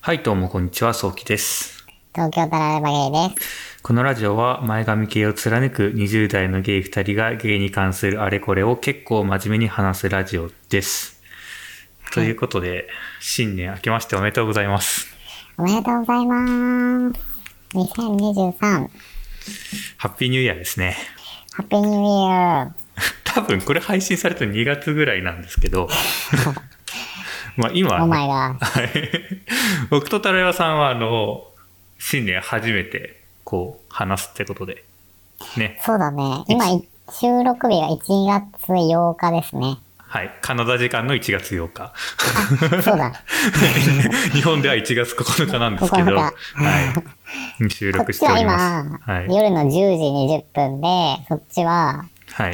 はい、どうもこんにちは、そうきです。 東京タラレバゲイです。 このラジオは前髪系を貫く20代のゲイ2人がゲイに関するあれこれを結構真面目に話すラジオです。ということで、新年明けましておめでとうございます。 おめでとうございます。2023。 ハッピーニューイヤーですね。 ハッピーニューイヤー。 多分これ配信された2月ぐらいなんですけど、まあ今、 お前が。 はい。僕とタラヤさんは新年初めてこう話すってことで、ね。 そうだね。今、収録日が1月8日ですね。 はい。カナダ時間の1月8日。 そうだ。 日本では1月9日なんですけど、はい。収録しております。 こっちは今、 はい、 夜の10時20分で、そっちは、 はい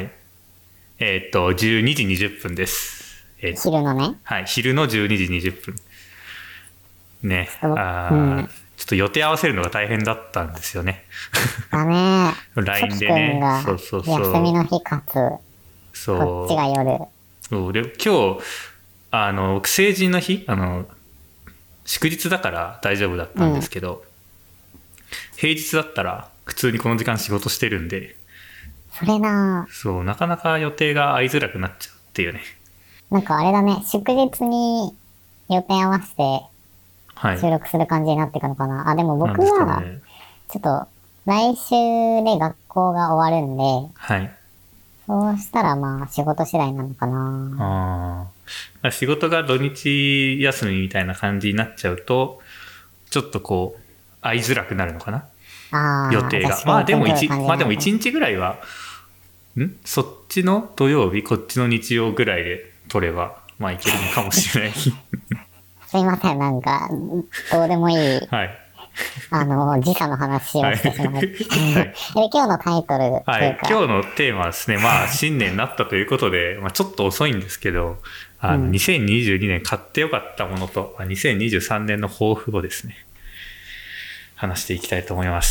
。12時20分です。 昼のね。 はい。昼の12時20分。ね。ちょっと予定合わせるのが大変だったんですよね。 だね。 LINE でね。 そうそうそう。休みの日かつ、そうこっちが夜。 そうで今日成人の日祝日だから大丈夫だったんですけど、平日だったら普通にこの時間仕事してるんで、 それなそうなかなか予定が合いづらくなっちゃうっていうね。 なんかあれだね、祝日に予定合わせて収録する感じになっていくのかな。はい、あ、でも僕はちょっと来週で学校が終わるんで、 はい。 そうしたらまあ仕事次第なのかな。 あ、仕事が土日休みみたいな感じになっちゃうと、ちょっとこう合いづらくなるのかな。予定が。まあでも1日ぐらいは、そっちの土曜日、こっちの日曜ぐらいで取れば、まあいけるのかもしれない。すいません、なんか、どうでもいい。 はい。 時差の話をしてしまう。はい、今日のタイトルというか、 はい、今日のテーマはですね、まあ新年になったということで、まあちょっと遅いんですけど、2022年買ってよかったものと、2023年の抱負をですね、話していきたいと思います。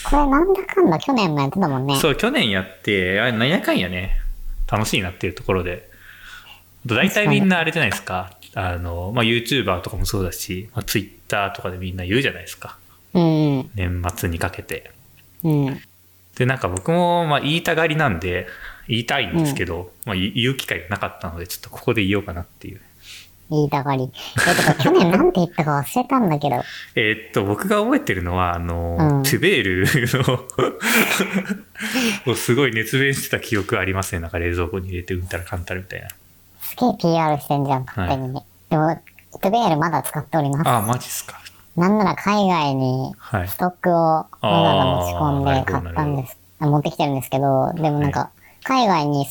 これなんだかんだ去年もやってたもんね。 そう、去年やって、なんやかんやね、楽しいなっていうところで、大体みんなあれじゃないですか、まあ YouTuber とかもそうだし、まあ、Twitter とかでみんな言うじゃないですか。年末にかけて。で、なんか僕もまあ言いたがりなんで、言いたいんですけど、まあ言う機会がなかったので、ちょっとここで言おうかなっていう。 言いたがり。去年なんて言ったか忘れたんだけど。 僕が覚えてるのは、トゥベールのをすごい熱弁してた記憶ありますね。なんか冷蔵庫に入れてうんたらかんたらみたいな。 すげえ PR してんじゃん、勝手に。はい、でも、トゥベールまだ使っております。 ああ、マジっすか。 なんなら海外にストックをわざわざ持ち込んで買ったんです。持ってきてるんですけど、でもなんか、海外に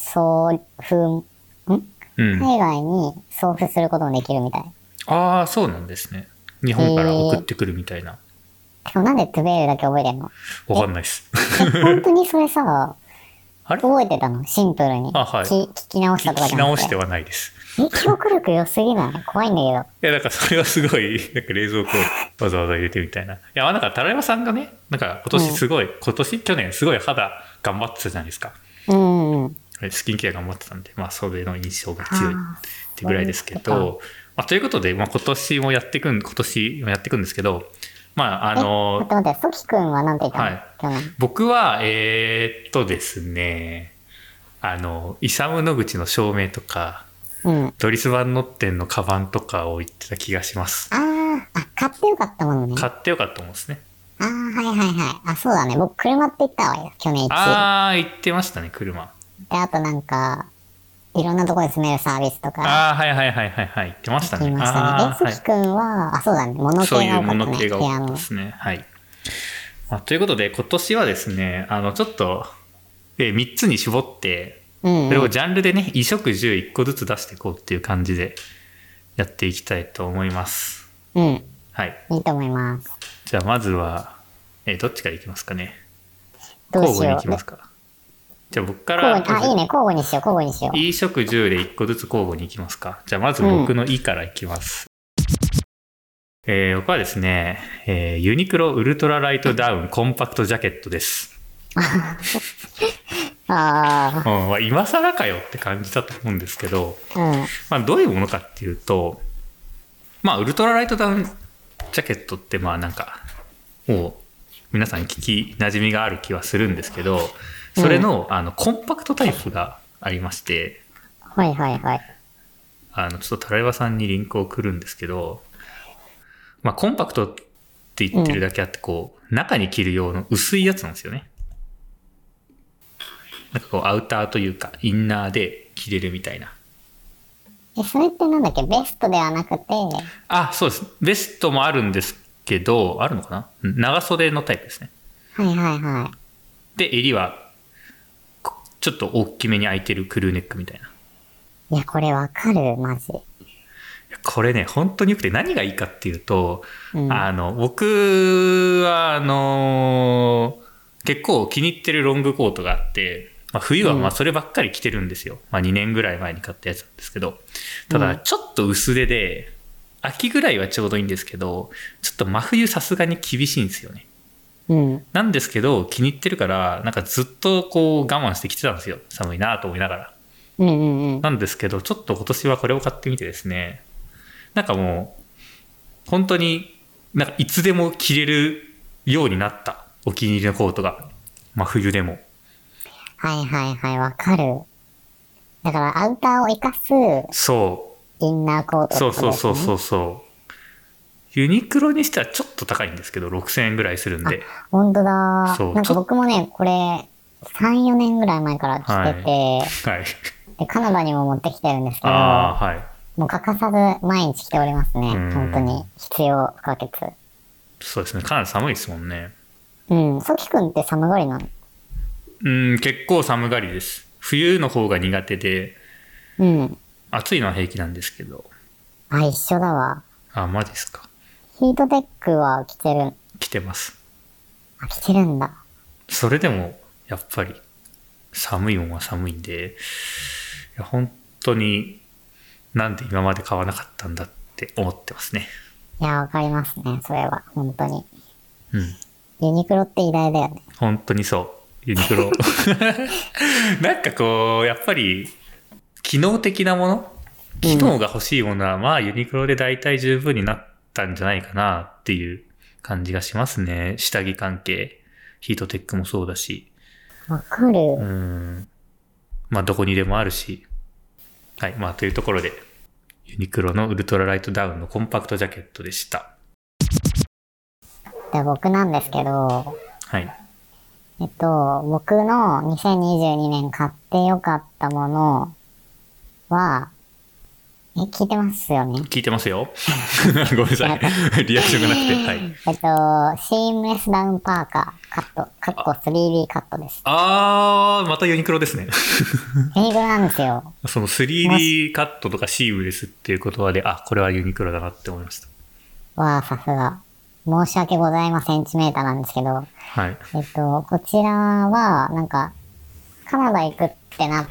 海外に送付することもできるみたい。 ああ、そうなんですね。日本から送ってくるみたいな。 でもなんでトゥベールだけ覚えてんの？ わかんないっす。 本当にそれさ、覚えてたの？シンプルに。 あ、はい。 聞き直したとかじゃなくて。 聞き直してはないです。 記憶力良すぎない？怖いんだけど。いや、だからそれはすごい、なんか冷蔵庫わざわざ入れてみたいな。いや、なんか、タラヤマさんがね、なんか去年すごい肌頑張ってたじゃないですか。スキンケア頑張ってたんで、まあ、それの印象が強いってぐらいですけど、まあ、ということで、まあ、今年もやっていくんですけど、まあ、 待って、ソキ君は何て言ったの？ はい。僕は、ですね、イサム・ノグチの照明とか、ドリス・バンノッテンのカバンとかを言ってた気がします。 買ってよかったものね。 買ってよかったものですね。 はい。そうだね。僕、車って言ったわよ、去年言ってましたね、車。 で、あとなんか、いろんなところで住めるサービスとか。 言ってましたね。 言いましたね。ソキ君は、そうだね、物系が多かったね。 そういう物系が多かったですね。はい。まあ、ということで、今年はですね、ちょっと、3つに絞って、それをジャンルでね、衣食住1個ずつ出していこうっていう感じでやっていきたいと思います。はい。 いいと思います。 じゃあまずは、どっちからいきますかね。交互にいきますか。じゃあ僕から。 いいね、交互にしよう。 衣食住で1個ずつ交互にいきますか。じゃあまず僕の「い」からいきます。僕はですね、ユニクロウルトラライトダウンコンパクトジャケットです。今更かよって感じだと思うんですけど、まあ、どういうものかっていうと、まあ、ウルトラライトダウンジャケットってまあなんかもう皆さん聞き馴染みがある気はするんですけど、それの、コンパクトタイプがありまして、 はいはいはい。 ちょっとタライバさんにリンクを送るんですけど、まあコンパクトって言ってるだけあって、こう、中に着る用の薄いやつなんですよね。なんかこう、アウターというか、インナーで着れるみたいな。 それってなんだっけ、ベストではなくて。 あ、そうです。ベストもあるんですけど、あるのかな？長袖のタイプですね。 はいはいはい。 で、襟は、ちょっと大きめに開いてるクルーネックみたいな。 いや、これわかる、マジ。 これね、本当に良くて何がいいかっていうと、僕は、結構気に入ってるロングコートがあって、まあ、冬はまあそればっかり着てるんですよ。まあ2年ぐらい前に買ったやつなんですけど、ただちょっと薄手で、秋ぐらいはちょうどいいんですけど、ちょっと真冬さすがに厳しいんですよね。なんですけど、気に入ってるから、なんかずっとこう我慢して着てたんですよ。寒いなと思いながら。なんですけど、ちょっと今年はこれを買ってみてですね、なんかもう、本当になんかいつでも着れるようになった。お気に入りのコートが。真冬でも。 はいはいはい、わかる。だからアウターを生かす、 そう。 インナーコートってことですね。 そう。ユニクロにしてはちょっと高いんですけど、6000円ぐらいするんで。 本当だ。なんか僕もね、これ、3、4年ぐらい前から着てて、 はい。 でカナダにも持ってきてるんですけど、 はい。 もう欠かさず毎日着ておりますね。本当に。必要不可欠。 そうですね。かなり寒いですもんね。 ソキ君って寒がりなの？ 結構寒がりです。冬の方が苦手で、暑いのは平気なんですけど。 あ、一緒だわ。 あ、マジですか。 ヒートテックは着てる？ 着てます。 あ、着てるんだ。 それでも、やっぱり、寒いもんは寒いんで、いや本当になんで今まで買わなかったんだって思ってますね。 いや、わかりますね。それは。本当に。 うん。 ユニクロって偉大だよね。 本当にそう。ユニクロ。なんかこう、やっぱり、機能的なもの機能が欲しいものは、まあユニクロで大体十分になったんじゃないかなっていう感じがしますね。下着関係。ヒートテックもそうだし。 わかる。 まあどこにでもあるし。はい。まあというところで、ユニクロのウルトラライトダウンのコンパクトジャケットでした。 で、僕なんですけど、 はい。 僕の2022年買ってよかったものは、聞いてますよね？ 聞いてますよ。ごめんなさい。リアクションがなくて。はい。 シームレスダウンパーカーカット、かっこ 3D カットです。 またユニクロですね。 ユニクロなんですよ。 その 3D カットとかシームレスっていう言葉で、これはユニクロだなって思いました。 わあ、さすが。申し訳ございませんチメーターなんですけど、 はい。 こちらは、なんか、カナダ行くってなって、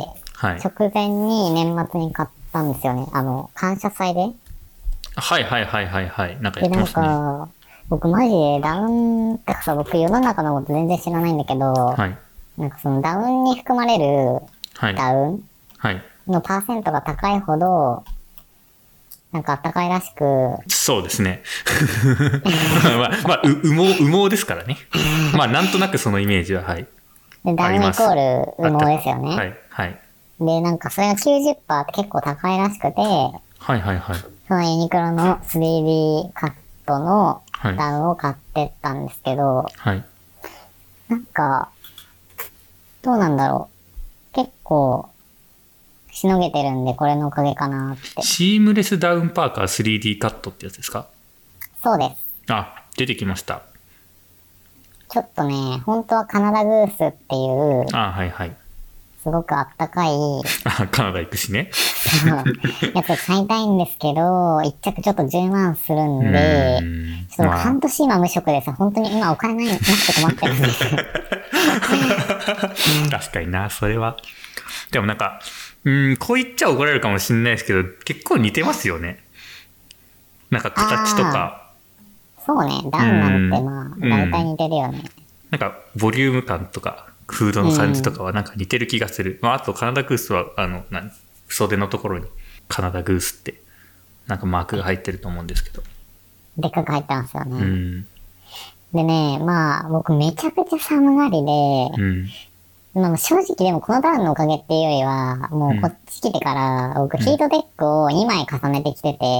はい、 直前に年末に買ったんですよね。感謝祭で。 はい。なんかやってますね。 で、なんか、僕マジでダウンってかさ、僕世の中のこと全然知らないんだけど、 はい、 なんかそのダウンに含まれるダウンのパーセントが高いほど、なんか暖かいらしく。 そうですね。羽毛ですからね。まあなんとなくそのイメージは、はい。 で、ダウンイコール羽毛ですよね。 はい。 で、なんかそれが 90% って結構高いらしくて、そのユニクロの 3D カットのダウンを買ってったんですけど、なんか、どうなんだろう。結構、しのげてるんで、これのおかげかなって。 シームレスダウンパーカー 3D カットってやつですか？ そうです。 出てきました。 ちょっとね、本当はカナダグースっていう、すごくあったかい、 カナダ行くしね。 やつを買いたいんですけど、一着ちょっと10万するんで、ちょっと半年今無職でさ、本当に今お金なくて困ってるんですよ。 確かにな、それは。でもなんか、こう言っちゃ怒られるかもしれないですけど、結構似てますよね。なんか形とか。 そうね、ダウンなんてまあ、大体似てるよね。 なんか、ボリューム感とか、フードの感じとかはなんか似てる気がする。あとカナダグースは、袖のところにカナダグースって、なんかマークが入ってると思うんですけど。 でっかく入ってますよね。 うん。 でね、まあ、僕めちゃくちゃ寒がりで、 うん。 まあ正直でもこのダウンのおかげっていうよりは、もうこっち来てから、僕ヒートテックを2枚重ねてきてて、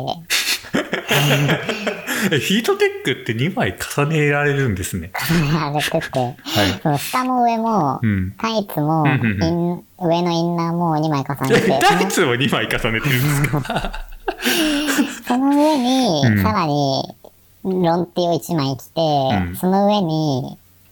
ヒートテックって2枚重ねられるんですね。 重ねられてて、その下も上も、タイツも、上のインナーも2枚重ねて。 タイツも2枚重ねてるんですか？ その上に、さらに、ロンティを1枚着て、その上に、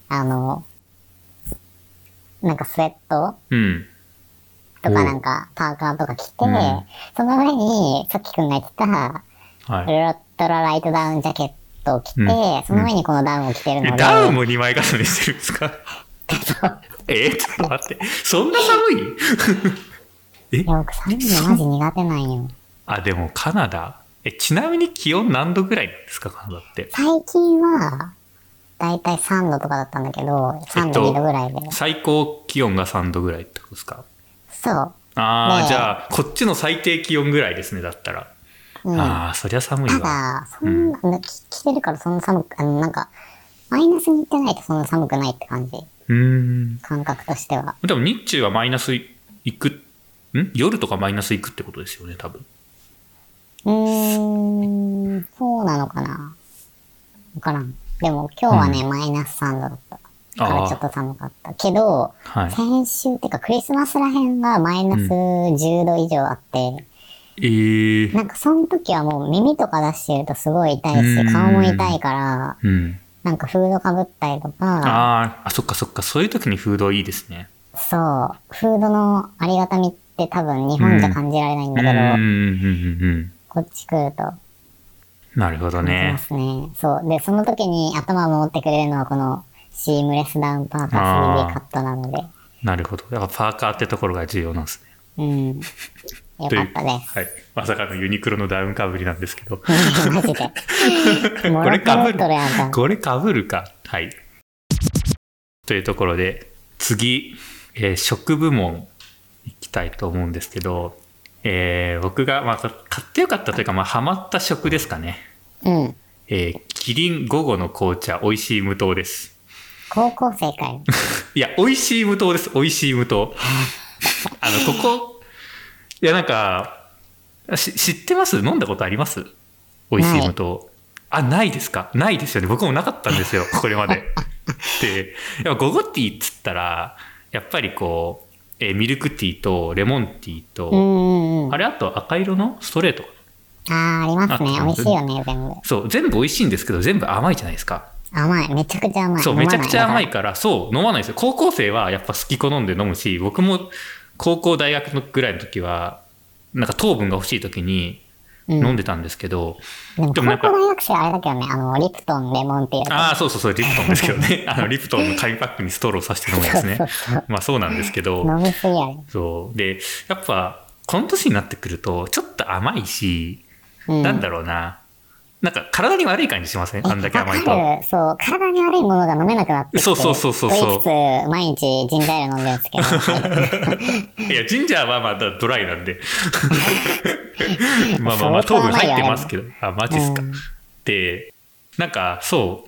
なんかスウェット、とかなんかパーカーとか着て、その上にさっきくんが言ってた、ウルトラライトダウンジャケットを着て、その上にこのダウンを着てるので。 ダウンも2枚重ねしてるんですか？ちょっと待って。そんな寒い？いや、僕寒いのマジ苦手なんよ。 でもカナダ。ちなみに気温何度ぐらいなんですか、カナダって。 最近は、だいたい3度とかだったんだけど、3度、2度ぐらいで。 最高気温が3度ぐらいってことですか？ そう。 じゃあ、こっちの最低気温ぐらいですね、だったら。そりゃ寒いわ。 ただ、そんな、着てるからそんな寒く、なんか、マイナスに行ってないとそんな寒くないって感じ。感覚としては。 でも日中はマイナス行く、夜とかマイナス行くってことですよね、多分。 そうなのかな。わからん。でも今日はね、マイナス3度だった。からちょっと寒かった。けど、先週っていうかクリスマスらへんがマイナス10度以上あって、なんかその時はもう耳とか出してるとすごい痛いし、顔も痛いから、なんかフードかぶったりとか。 そっかそっか、そういう時にフードいいですね。 そう。フードのありがたみって多分日本じゃ感じられないんだけど、こっち来ると。 なるほどね。 ますね。そう。で、その時に頭を守ってくれるのはこのシームレスダウンパーカー 3D カットなので。 なるほど。だからパーカーってところが重要なんですね。よかったです。 はい。まさかのユニクロのダウンかぶりなんですけど。 マジで。これかぶる。 これかぶるか。はい。というところで、次、食部門いきたいと思うんですけど、僕が、買ってよかったというか、ハマった食ですかね。キリン午後の紅茶、美味しい無糖です。 高校生かよ。 いや、美味しい無糖です。美味しい無糖。いや、なんか、知ってます？飲んだことあります？美味しい無糖。ないですか？ないですよね。僕もなかったんですよ、これまで。で、やっぱゴゴティーっつったら、やっぱりこう、ミルクティーとレモンティーと、あれあと赤色のストレート。 ありますね。美味しいよね、全部。 そう、全部美味しいんですけど、全部甘いじゃないですか。 甘い。めちゃくちゃ甘い。 そう、めちゃくちゃ甘いから、そう、飲まないですよ。高校生はやっぱ好き好んで飲むし、僕も高校大学のぐらいの時は、なんか糖分が欲しい時に飲んでたんですけど、 でも高校大学生あれだけどね、リプトンレモンっていうやつ。 そう、リプトンですけどね。リプトンの紙パックにストローさせて飲むやつね。そうなんですけど。 飲みすぎやね。 そう。で、やっぱ、この年になってくると、ちょっと甘いし、なんだろうな。なんか体に悪い感じしません？あんだけ甘いと。 そう。体に悪いものが飲めなくなってきて。 そう。 いくつ毎日ジンジャーエール飲んでるんですけど。 いや、ジンジャーはまだドライなんで。糖分入ってますけど。マジっすか。で、なんかそう。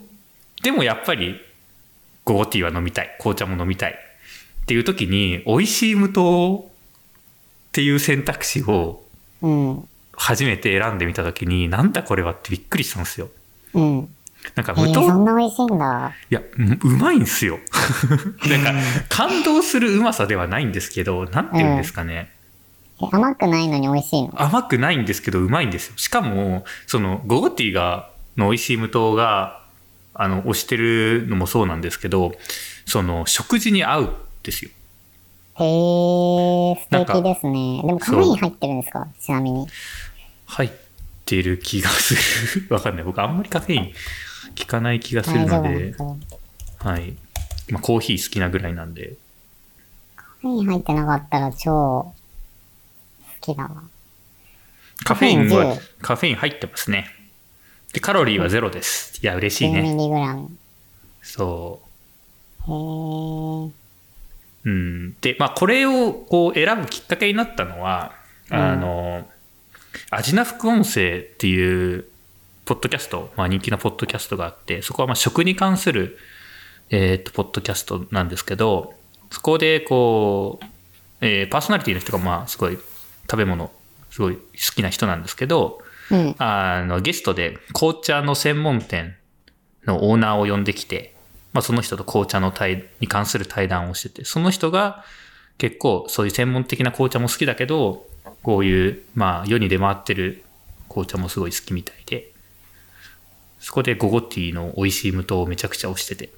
でもやっぱり、ゴゴティーは飲みたい。紅茶も飲みたい。っていう時に、美味しい無糖っていう選択肢を、初めて選んでみた時に、なんだこれはってびっくりしたんですよ。なんか無糖、 そんな美味しいんだ。 いや、うまいんですよ。なんか感動するうまさではないんですけど、なんていうんですかね。 甘くないのに美味しいの？ 甘くないんですけどうまいんですよ。しかもそのゴゴティーの美味しい無糖が推してるのもそうなんですけど、その食事に合うんですよ。 へー、素敵ですね。でもカフェイン入ってるんですか？ちなみに。 入ってる気がする。わかんない。僕あんまりカフェイン効かない気がするので、はい。コーヒー好きなぐらいなんで。 カフェイン入ってなかったら超好きだわ。 カフェイン入ってますね。で、カロリーはゼロです。いや、嬉しいね。 10mg。 そう。 へー。 で、これをこう選ぶきっかけになったのは、アジナ副音声っていうポッドキャスト、人気のポッドキャストがあって、そこは食に関する、ポッドキャストなんですけど、そこでこう、パーソナリティの人がすごい食べ物すごい好きな人なんですけど、ゲストで紅茶の専門店のオーナーを呼んできて、その人と紅茶に関する対談をしてて、その人が結構そういう専門的な紅茶も好きだけど、こういう世に出回ってる紅茶もすごい好きみたいで、そこでゴゴティーの美味しい無糖をめちゃくちゃ推してて、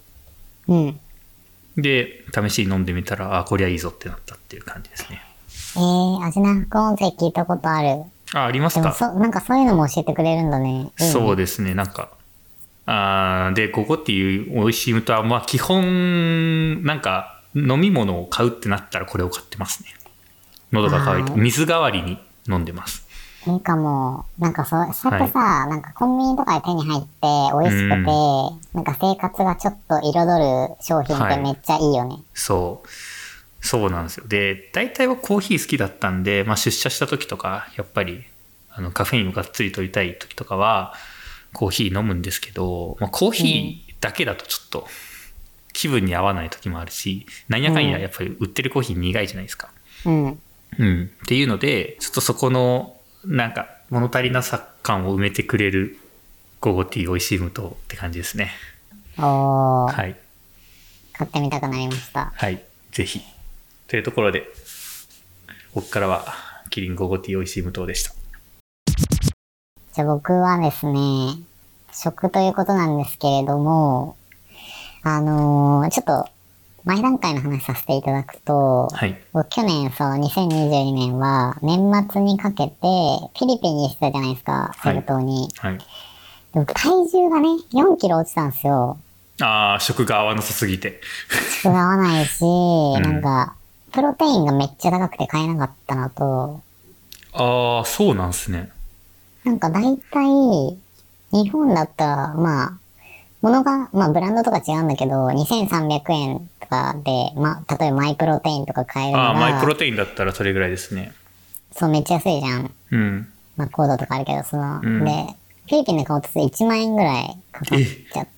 で試しに飲んでみたら、こりゃいいぞってなったっていう感じですね。 味な副音声聞いたことある。 ありますか？ なんかそういうのも教えてくれるんだね。 そうですね。でゴゴティー美味しい無糖は基本飲み物を買うってなったらこれを買ってますね。喉が渇いて水代わりに飲んでます。 いいかも。そうやってさ、コンビニとかで手に入って美味しくて、生活がちょっと彩る商品ってめっちゃいいよね。 そうなんですよ。で、大体はコーヒー好きだったんで、出社した時とか、やっぱりカフェインをがっつり取りたい時とかはコーヒー飲むんですけど、コーヒーだけだとちょっと気分に合わない時もあるし、なんやかんややっぱり売ってるコーヒー苦いじゃないですか。っていうので、ちょっとそこの物足りなさ感を埋めてくれるゴゴティー美味しい無糖って感じですね。 はい。買ってみたくなりました。 はい、ぜひ。というところで、ここからはキリンゴゴティー美味しい無糖でした。 じゃあ僕はですね、食ということなんですけれども、ちょっと前段階の話させていただくと、去年2022年は年末にかけてフィリピンにしてたじゃないですか、セブ島に。でも体重がね、4キロ落ちたんですよ。 食が合わなさすぎて。 食が合わないし、プロテインがめっちゃ高くて買えなかったのと。 そうなんすね。 大体、日本だったら、物が、ブランドとか違うんだけど、2300円とかで、例えばマイプロテインとか買えるのが。 マイプロテインだったらそれぐらいですね。 そう、めっちゃ安いじゃん。コードとかあるけど、で、フィリピンで買おうとすると1万円ぐらいかかっちゃって。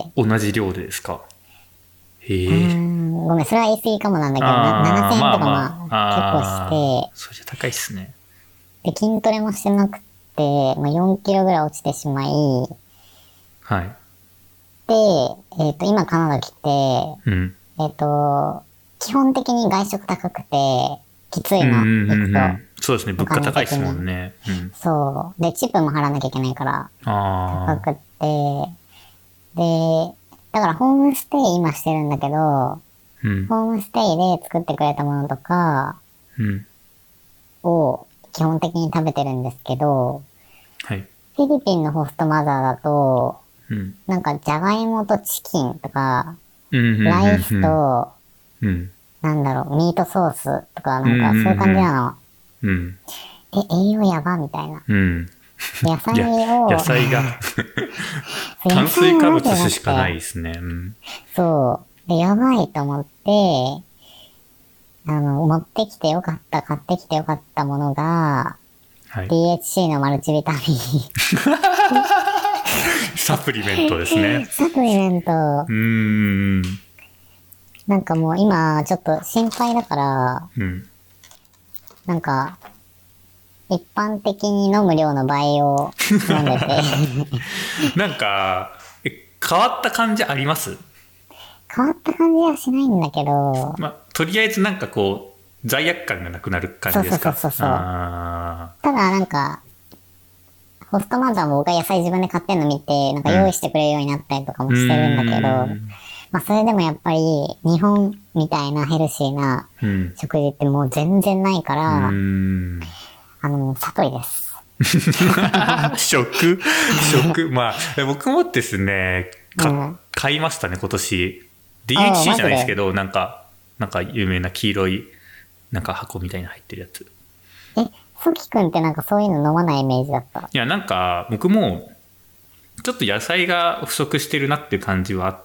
同じ量でですか？ ごめん、それは言い過ぎかもなんだけど、7000円とか結構して。 それじゃ高いっすね。 で、筋トレもしてなくて、4キロぐらい落ちてしまい。で、今カナダ来て、基本的に外食高くて、きついの、行くと。 そうですね、物価高いですもんね。 そう。で、チップも払わなきゃいけないから、高くって、で、だからホームステイ今してるんだけど、ホームステイで作ってくれたものとかを基本的に食べてるんですけど、フィリピンのホストマザーだと、じゃがいもとチキンとか、ライスと、ミートソースとか、そういう感じなの。栄養やばみたいな。野菜が炭水化物しかないですね。 そうで、やばいと思って、持ってきてよかった、買ってきてよかったものが、DHC のマルチビタミン。 サプリメントですね。 サプリメント。もう今ちょっと心配だから、一般的に飲む量の倍を飲んでて。 変わった感じあります？ 変わった感じはしないんだけど。 とりあえず罪悪感がなくなる感じですか？ そう。ただホストマザーも僕が野菜自分で買ってんの見て、用意してくれるようになったりとかもしてるんだけど、それでもやっぱり日本みたいなヘルシーな食事ってもう全然ないから、悟りです。 食僕もですね、買いましたね、今年。DHC じゃないですけど、有名な黄色い、箱みたいな入ってるやつ。 ソキ君ってそういうの飲まないイメージだった。 いや、僕も、ちょっと野菜が不足してるなっていう感じはあって、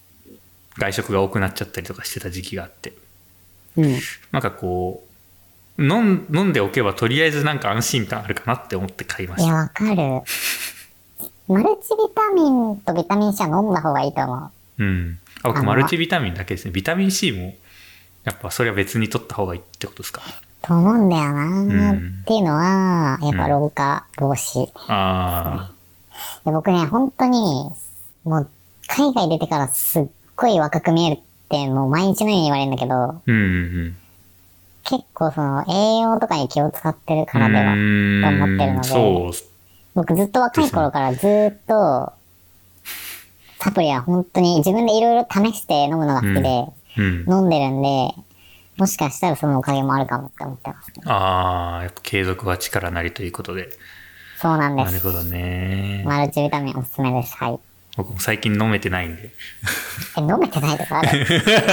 外食が多くなっちゃったりとかしてた時期があって。 飲んでおけばとりあえずなんか安心感あるかなって思って買いました。 いや、わかる。マルチビタミンとビタミン C は飲んだ方がいいと思う。うん。僕マルチビタミンだけですね。ビタミン C もやっぱそれは別に取った方がいいってことですか？ と思うんだよな、っていうのは、やっぱ老化防止。 ああ。 で僕ね、本当に、もう、海外出てからすっごい若く見えるって、もう毎日のように言われるんだけど、結構その栄養とかに気を使ってるからでは、と思ってるので、 そう。 僕ずっと若い頃からずっと、サプリは本当に自分でいろいろ試して飲むのが好きで、飲んでるんで、もしかしたらそのおかげもあるかもって思ってますね。 ああ、やっぱ継続は力なりということで。 そうなんです。 なるほどね。 マルチビタミンおすすめです。はい。 僕も最近飲めてないんで。 飲めてないとかある？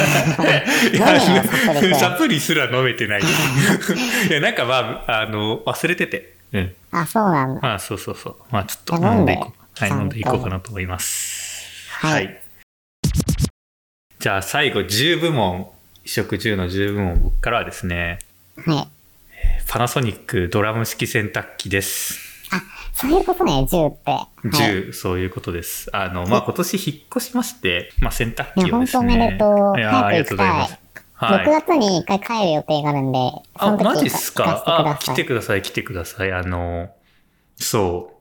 サプリすら飲めてない。いや、なんかまあ、忘れてて。うん。 あ、そうなんだ。 まあ、そう。まあ、ちょっと飲んでいこう。はい、飲んでいこうかなと思います。はい。じゃあ、最後、10部門。衣食住の10部門。僕からはですね。 はい。 パナソニックドラム式洗濯機です。 あ、そういうことね、10って。 10、そういうことです。まあ、今年引っ越しまして、まあ、洗濯機をですね。 本当おめでとう。 いや、ありがとうございます。 はい、6月に一回帰る予定があるんで、 その時マジっすか？来てください。そう。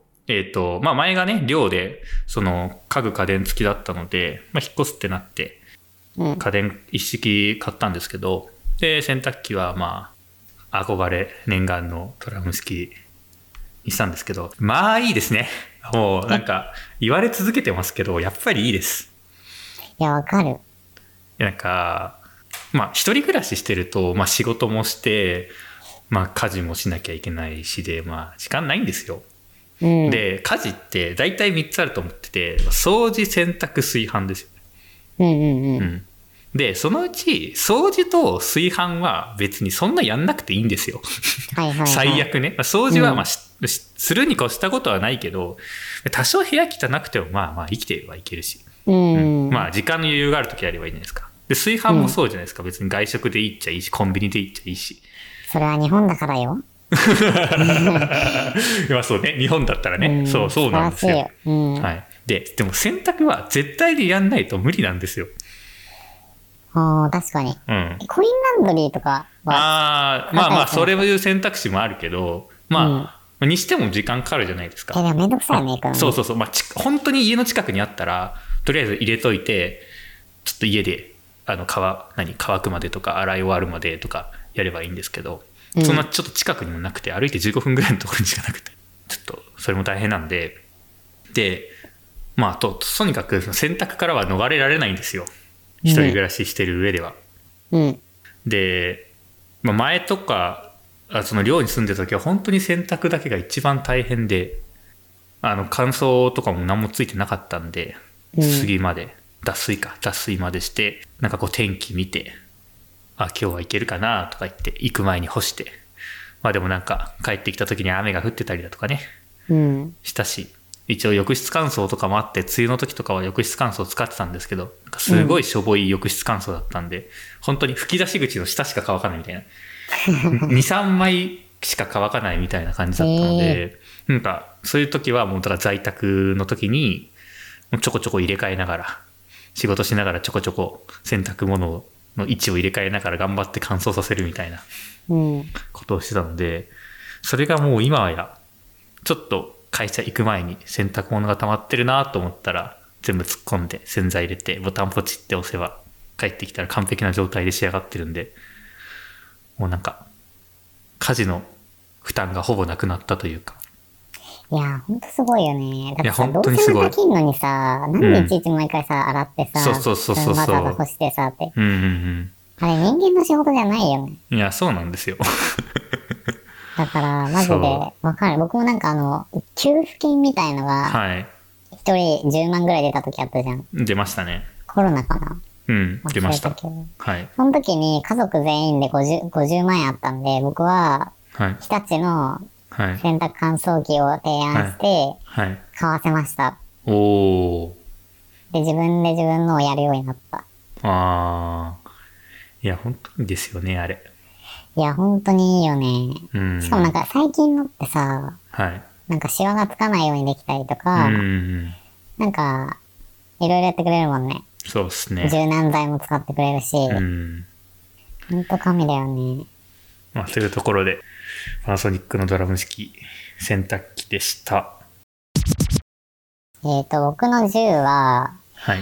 まあ、前がね、寮で、家具家電付きだったので、まあ、引っ越すってなって、家電一式買ったんですけど、で、洗濯機はまあ、憧れ、念願のドラム式にしたんですけど、まあいいですね。もうなんか、言われ続けてますけど、やっぱりいいです。 いや、わかる。 なんか、まあ、一人暮らししてると、まあ、仕事もして、まあ、家事もしなきゃいけないしで、まあ、時間ないんですよ。で、家事って大体3つあると思ってて、掃除、洗濯、炊飯ですよ。で、そのうち、掃除と炊飯は別にそんなやんなくていいんですよ。最悪ね。掃除はまあ、するに越したことはないけど、多少部屋汚くてもまあまあ生きてはいけるし。まあ、時間の余裕があるときやればいいじゃないですか。で、炊飯もそうじゃないですか。別に外食でいいっちゃいいし、コンビニでいいっちゃいいし。 それは日本だからよ。 まあそうね。日本だったらね。そうなんですよ。はい。でも洗濯は絶対にやんないと無理なんですよ。 確かに。コインランドリーとかは。 まあ、それいう選択肢もあるけど、まあ、にしても時間かかるじゃないですか。 めんどくさいね、 そう。まあ、本当に家の近くにあったら、とりあえず入れといて、ちょっと家で、乾くまでとか、洗い終わるまでとかやればいいんですけど、そんなちょっと近くにもなくて、歩いて15分ぐらいのところにしかなくて、ちょっと、それも大変なんで、で、まあ、とにかく洗濯からは逃れられないんですよ。一人暮らししてる上では。で、まあ、前とか、その寮に住んでた時は本当に洗濯だけが一番大変で、乾燥とかも何もついてなかったんで、次まで、脱水までして、なんかこう天気見て、今日は行けるかなとか言って、行く前に干して、まあでもなんか帰ってきた時に雨が降ってたりだとかね、したし、一応浴室乾燥とかもあって、梅雨の時とかは浴室乾燥使ってたんですけど、すごいしょぼい浴室乾燥だったんで、本当に吹き出し口の下しか乾かないみたいな。2、3枚しか乾かないみたいな感じだったので、なんかそういう時はもうだから在宅の時にちょこちょこ入れ替えながら、仕事しながらちょこちょこ洗濯物の位置を入れ替えながら頑張って乾燥させるみたいなことをしてたので、それがもう今はや、ちょっと会社行く前に洗濯物が溜まってるなと思ったら全部突っ込んで洗剤入れてボタンポチって押せば帰ってきたら完璧な状態で仕上がってるんで、もうなんか家事の負担がほぼなくなったというか。 いやほんとすごいよね。だってさ、 どうせまた切んのにさ、なんでいちいち毎回さ、洗ってさ、 そうわざわざ干してさって。あれ人間の仕事じゃないよね。 いやそうなんですよ。 だからマジでわかる。僕もなんか給付金みたいのが一人10万ぐらい出た時あったじゃん。 出ましたね。 コロナかな。 出ました。はい。 その時に家族全員で50万円あったんで、僕は日立の洗濯乾燥機を提案して買わせました。で自分で自分のをやるようになった。 いや本当にですよねあれ。 いや、本当にいいよね。 うん。 しかもなんか最近のってさ、 はい。 なんかシワがつかないようにできたりとか、 うん。 なんか、いろいろやってくれるもんね。 そうですね。 柔軟剤も使ってくれるし、 うん。 ほんと神だよね。 まあ、そういうところで、パナソニックのドラム式洗濯機でした。 僕の銃は、 はい。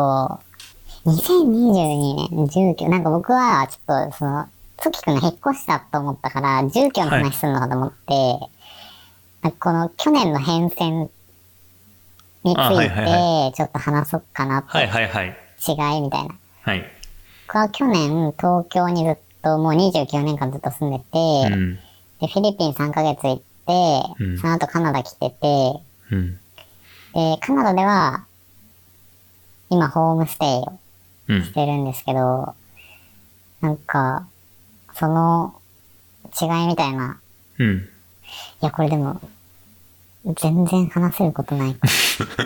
2022年住居、なんか僕はちょっと月くんが引っ越したと思ったから、住居のはい。 話するのかと思って、なんかこの去年の変遷につあ、はいいはいはい。 て、ちょっと話そうかなって、 はいはいはい。 違いみたいな。 はい。 僕は去年、東京にずっと、もう29年間ずっと住んでて、 うん。 で、フィリピン3ヶ月行って、 うん。 その後カナダ来てて、 うん。 で、カナダでは、今ホームステイをうん。 してるんですけど、なんか、その違いみたいな。 うん。 いや、これでも、全然話せることないか。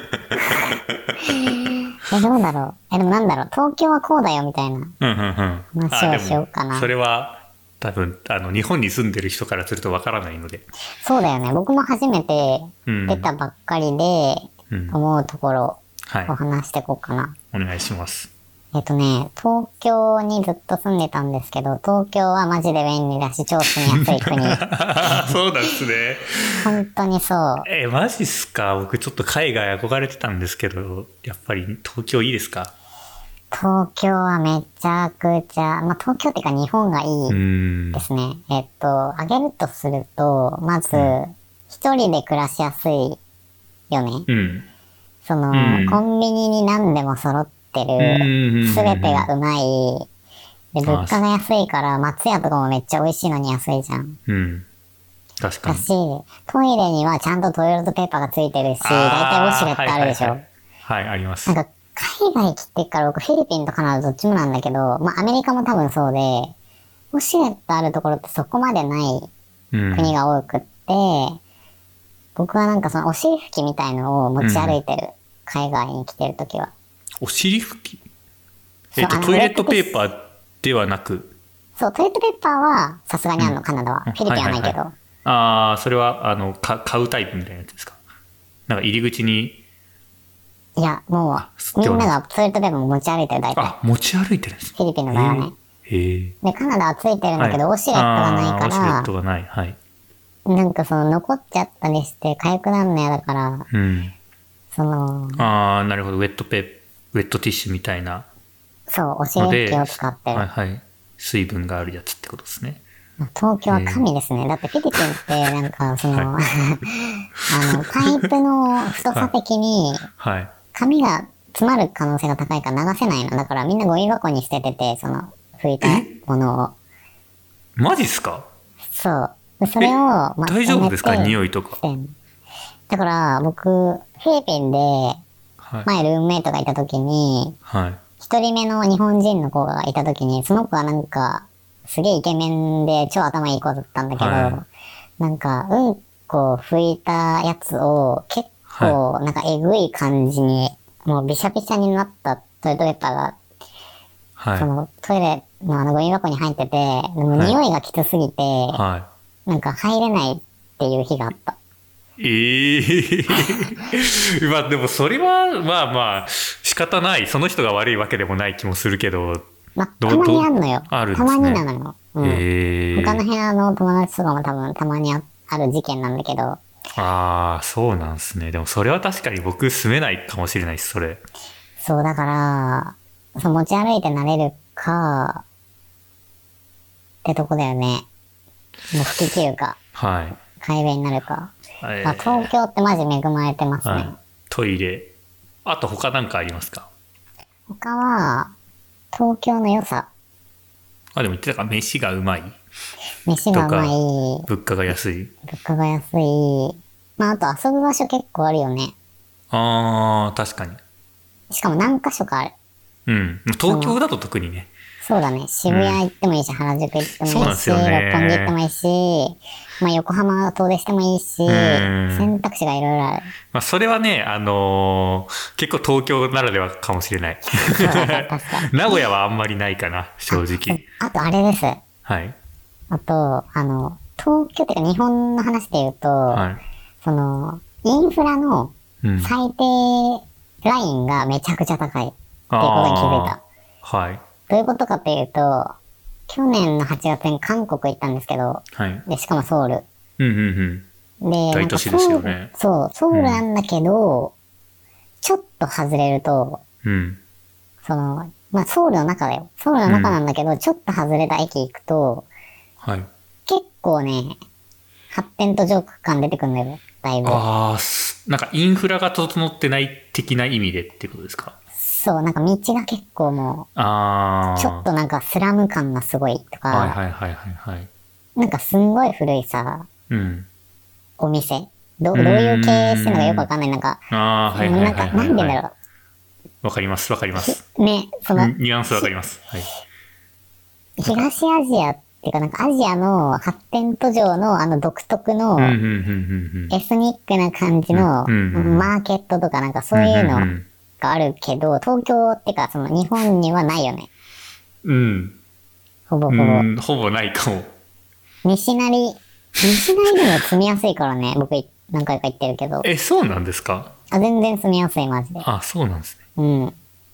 どうだろう。でもなんだろう。東京はこうだよみたいなうんうんうん。あ、 話をしでも、 ようかな。 それは、多分、日本に住んでる人からするとわからないので。 そうだよね。僕も初めてうん。 出たばっかりでうん。 思うところをはい。 話していこうかな。 お願いします。 東京にずっと住んでたんですけど、東京はマジで便利だし、超住みやすい国。 そうなんですね。 本当にそう。 マジっすか？僕ちょっと海外憧れてたんですけど、やっぱり東京いいですか？ 東京はめちゃくちゃ、まあ、東京っていうか日本がいうーいでん。 すね。挙げるとすると、まず、 うん。 一人で暮らしやすいよね。 うん。 コうん。 ンビニに何でも揃ってうん。 る、すべてがうまい、で、物あ、 価が安いから、松屋とかもめっちゃ美味しいのに安いじゃん。 うん。確かに。 だし、トイレにはちゃんとトイレットペーパーがついてるし、だいたいウォシュああ、はいレットあるでしょ。 はいはい。はい、あります。 なんか、海外来てから僕フィリピンとカナダどっちもなんだけど、まあアメリカも多分そうで、ウォシュレットあるところってそこまでないうん。 国が多くって、僕はなんかそのお尻拭きみたいのを持ち歩うん。 いてる。海外に来てるときは。 お尻拭き？ そう、 トイウレットペーェットティッシパーではなく、 ュ。そう、トイレットペーパーはさすがにあるの、 うん。 カナダは。フィリピンははいはいはい。 ないけど。 ああ、それは、買うタイプみたいなやつですか？なんか入り口に、 いや、もう、みんなではなく、 がトイレットペーパーも持ち歩いてる、大体。 あ、持ち歩いてるんですフィリピンの場合はね。 ね。 へえ。 で、カナダはついてるんだはい。 けど、ウォシュレットがないああ、ウォシュレッから、 トがない。はい。 なんか残っちゃったりして痒くなるの嫌だから、 うん。 その、 ああ、なるほど。ウェットティッシュみたいなそう、お尻拭きので、 を使ってる。 はいはい。水分があるやつってことですね。 東京はへえ。 神ですね。だってフィリピンって、なんか、 はい。 パイプの太さはい。 的に、 はい。 髪が詰まる可能性が高いから流せないの。だからみんなゴミ箱に捨ててて、拭いたえ、 ものを。 マジっすか？ そう。でそれをえ、 ま大丈とめて夫ですか？匂いとか。 捨てん。だから僕、フィリピンではい。 前ルームメイトがいた時に、 はい。 一人目の日本人の子がいた時に、その子はなんか、すげえイケメンで超頭いい子だったんだけど、 はい。 なんか、うんこ拭いたやつを結はい。 構なんかえぐい感じに、もうびしゃびしゃになったトイレットペーパーが、 はい。 トイレのゴミ箱に入ってて、でもはい。 匂いがきつすぎて、 はなんか入れないっていう日があった。 い。まあでもそれは、まあまあ、仕方ない。その人が悪いわけでもない気もするけど、 まあ、たまにあんのよ。 あるんたまになですね。 のよ。うん。他のへえ。 部屋の友達とかも多分たまにある事件なんだけど、 ああ、そうなんですね。でもそれは確かに僕住めないかもしれないです、それ。 そうだから、持ち歩いて慣れるか、ってとこだよね。もう吹き切るか、 はい。 快便になるか。まあ、東え京ってマジ恵まれてますね。 はい。トイレ。あと他なんかありますか？ 他は、東京の良さ。 あ、でも言ってたか、飯がうまい飯がうまい、 とか、 物物価が安い。 価が安い。まあ、あと遊ぶ場所結構あるよね。 ああ、確かに。 しかも何箇所かある。 うん。東京だと特にね。 そうだね。渋谷うん。 行ってもいいし、原宿行ってもそういいし、 なんですよ六本木行ってもね。 いいし、まあ横浜遠出してもいいし、 うん。 選択肢がいろいろある。 まあ、それはね、結構東京ならではかもしれない。 そう、わかる、確かに。 名古屋はあんまりないかな、正直。 あとあれです。 はい。 あと、東京っていうか日本の話で言うと、 はい。 インフラのうん。 最低ラインがめちゃくちゃ高いっていうことに気づいた。 ああ、はい。 どういうことかっていうと、去年の8月に韓国行ったんですけど、 はい。 で、しかもソウル。 うんうんうん。 で、なんか大都市ですよね。 ソウルなうん。 んだけど、ちょっと外れると、 うん。 まあ、ソウルの中だよ。ソウルのうん。 中なんだけど、ちょっと外れた駅行くと、 はい。 結構ね、発展途上区感出てくるんだよ。だいぶ。 ああ、なんかインフラが整ってない的な意味でってことですか？ そう、なんか道が結構もう、ちょっあとなんかスラム感がすごいとあ、はいか、 はいはいはいはい。 なんかすんごい古いさ、 うん。 お店。 うーどういう経営してるのかよくわん。 かんない。なんか、 ああ、はいはいはいなんて言うんはいはい。 だろわかりますわかりまう。 す。 ね、 ニュアンスわかります。はい。なんか、 東アジアっていうかなんかアジアの発展途上の独特うん、うん、うのん、 エスニックな感じうん、うん。うん、 のうん、 マーケットとかなんかうん。うん、 そういうのうん、 があるけど、東京ってかその日本にはないよね。 うん。 ほぼほぼ。 うん、ほぼないかも。 西成、西成でも住みやすいからね。僕何回か行ってるけど。 え、そうなんですか？ あ、全然住みやすいマジで。 あ、そうなんですね。 うん。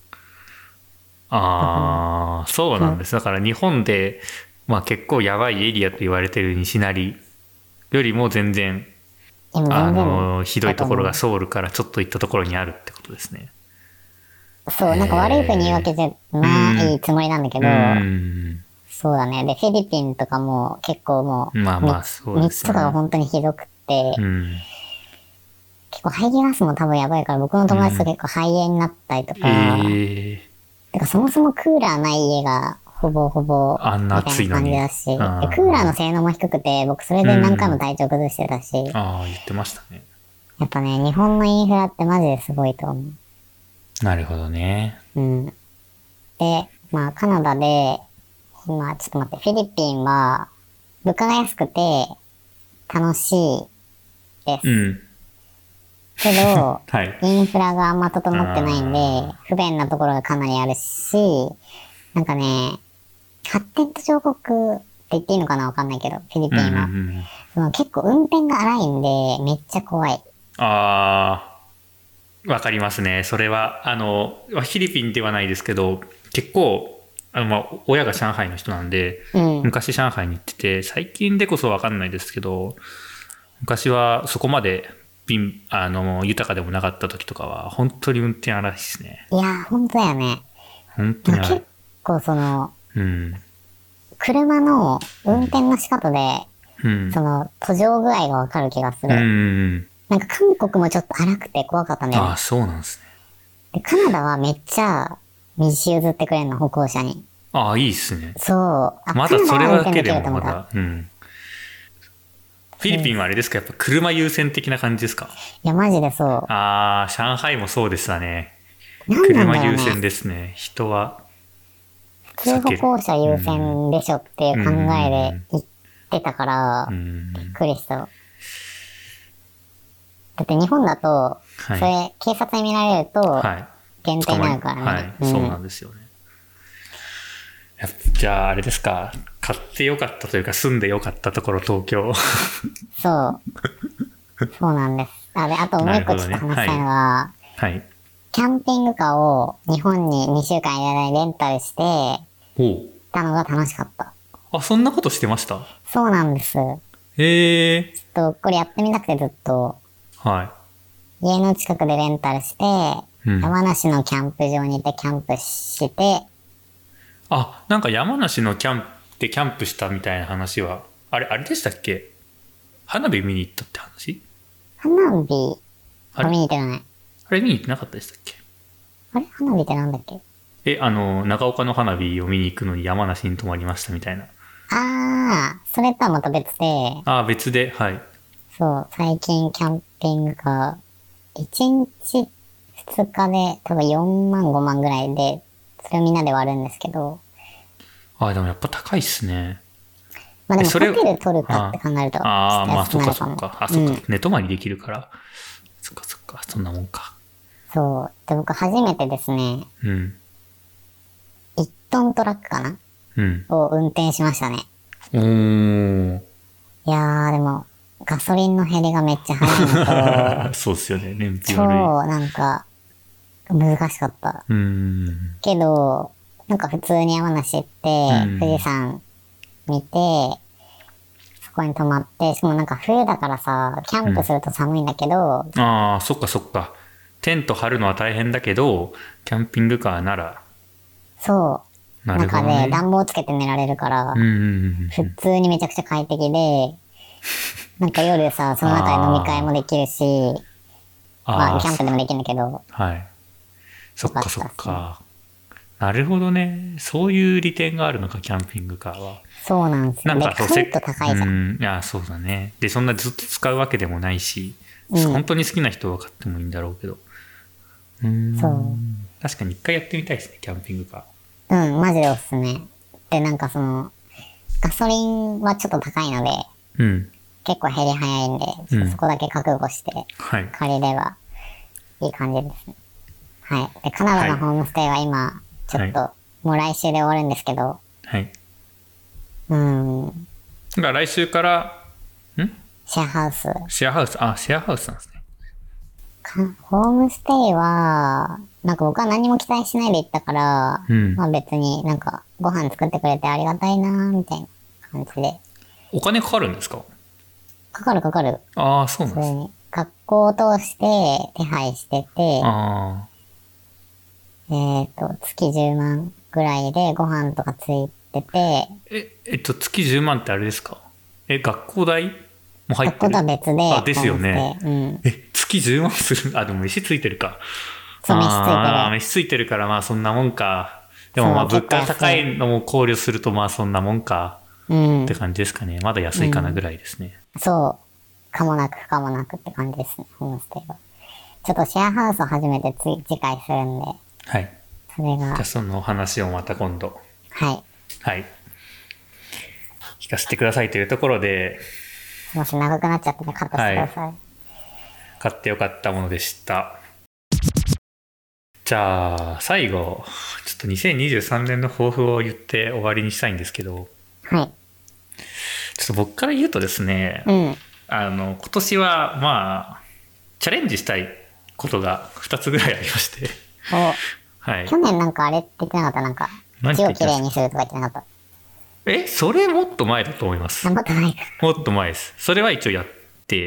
だから、 ああ、そうその、 なんです。だから日本で、まあ結構やばいエリアと言われてる西成よりも全然、 でも全然ひどいところがだと思ソウルからちょっと行ったところにあるってことですね。 う。そう、なんか悪い風に言うわへけじゃえ。うん。 ないつもりなんだけうど、 ん。 そうだね。で、フィリピンとかも結構もう、 まあまあ、そう道ですね。 とかが本当にひどくって、 うん。 結構排気ガスも多分やばいから、僕の友達とうん。 結構肺炎になったりとか、 ええ、 てかそもそもクーラーない家がほぼほぼあんなみたいな感じ暑いのに。 だし、でクーラーのああ、 性能も低くて、僕それうで何回もん。 体調崩してたし、 ああ、言ってましたね。 やっぱね、日本のインフラってマジですごいと思なるほどね。 う。うん。で、まあカナダで、今ちょっと待って、フィリピンは物価が安くて楽しいです。 うん。 けど、 はい。 インフラがあんま整ってないんで、 あ不便なところがかなりあるし、なんかね、発展途上国って言っていいのかなわかんないけど、フィリあ、うんうんうピンは。 ん。 結構運転が荒いんで、めっちゃ怖い。 ああ、わかりますね。それは、フィリピンではないですけど、結構、まあ、親が上海の人なんで、 うん。 昔上海に行ってて、最近でこそわかんないですけど、昔はそこまで豊かでもなかった時とかは、本当に運転荒いですね。 いやー、ほんとだよね。 本当に荒い。 なんか結構うん。 車の運転の仕方で、 うん。 途上具合がわかる気がすうる。 ん。 なんか韓国もちょっと荒くて怖かったんだよああ、 ね。 そうなんですね。 で、カナダはめっちゃ道譲ってくれんの、歩行者に。 ああ、いいっすね。 そう。あ、 まカナダだそれだは運転できけでもまると思った。 だ、うん。フィリそう。いピンはあれですか？やっぱ車優先的な感じですか？ や、マジでそああ、上海もそうでしたね。 う。なんなん車だろうね。 優先ですね。人は普通避ける。 歩行者う優ん。 先でしょっていうう考えでん。 言ってたから、 うびっん。 くりした。だって日本だと、 はい。 それ、警察に見られると、 はい。 減点になるからね。 はい。そうなうん。 んですよね。じゃあ、あれですか。買ってよかったというか、住んでよかったところ、東京。 そう。そうなんです。で、あともう一個ちょっとなるほどね。 話したいのはい。 は、 はい。 キャンピングカーを日本に2週間いらないレンタルして、 おう。 たのが楽しかった。 あ、そんなことしてました？ そうなんです。ちょへえ。 っと、これやってみたくてずっと、 は家の近くでレンタルして、 い。うん。 山梨のキャンプ場に行ってキャンプして、 あ、なんか山梨のキャンプでキャンプしたみたいな話は、あれでしたっけ？花火見に行ったって話？ 花火あれは見に行ってない。 あれ見に行ってなかったでしたっけ？ あれ花火ってなんだっけ？ 長岡の花火を見に行くのに山梨に泊まりましたみたいな。 それとはまた別で、 ああ、別で、はい。 そう、最近キャンピングカー、1日2日で多分4万5万ぐらいで、それをみんなで割るんですけど、 ああ、でもやっぱ高いっすね。 まあでもそれ、 ホテル取るかってあ考えると、ちょあ、 っと安まあそっくなるかも。 かそっか。あ、そっか。 うん。 寝泊まりできるから。そっかそっか。そんなもんか。 そう。で、僕初めてですね、 うん。 1トントラックかなうん。 を運転しましたね。 おー。 いやー、でも、ガソリンの減りがめっちゃ早いのと、 そうっすよね、燃費超悪い。 なんか、難しかった。けど、なんか普通に山梨行って、富士山見て、そこに泊まって、しかもなんか冬だからさ、キャンプすると寒いんだけど、 ああ、そっかそっか。テント張るのは大変だけど、キャンピングカーなら。 そう。 なるほどね。 中で暖房つけて寝られるから、普通にめちゃくちゃ快適で、なんか夜さ、その中で飲み会もできるし、まあ、キャンプでもできるんだけど。 はい。そっかそっか。なるほどね。そういう利点があるのか、キャンピングカーは。 そうなんですよ。 なんかそう、 ちょっと高いじゃん。 いや、そうだね。で、そんなずっと使うわけでもないし、本当に好きな人は買ってもいいんだろうけど。 そう。 確かに一回やってみたいですね、キャンピングカー。マジでおすすめ。で、なんかガソリンはちょっと高いので、結構減り早いんで、そこだけ覚悟して、借りればいい感じですね。はい。で、カナダのホームステイは今、ちょっと、もう来週で終わるんですけど、 はい。だから来週から、 シェアハウス。 シェアハウスなんですね。 ホームステイは、なんか僕は何も期待しないで行ったから、まあ別になんかご飯作ってくれてありがたいなみたいな感じで。 お金かかるんですか？ かかる。 ああ、そうなんですね。 学校を通して手配してて、月10万ぐらいでご飯とかついてて。 月10万ってあれですか？学校代も入ってる？ 学校とは別で。 ですよね。月10万する？でも飯ついてるか。 そう、飯ついてる。 飯ついてるからまあそんなもんか。でもまあ物価高いのも考慮するとまあそんなもんか。って感じですかね。まだ安いかなぐらいですね。 そう。かもなく不可もなくって感じですね、ホームステイは。ちょっとシェアハウスを初めて次回するんで。 はい。 それが。 じゃあその話をまた今度。 はい。 はい。聞かせてくださいというところで。 すいません、長くなっちゃってね、カットしてください。 買ってよかったものでした。じゃあ、最後、ちょっと2023年の抱負を言って終わりにしたいんですけど。 はい。 ちょっと僕から言うとですね、今年はまあ、チャレンジしたいことが2つぐらいありまして。 はい。去年なんかあれって言ってなかった？なんか、字をきれいにするとか言ってなかった？ それもっと前だと思います。 もっと前か。 もっと前です。それは一応やって、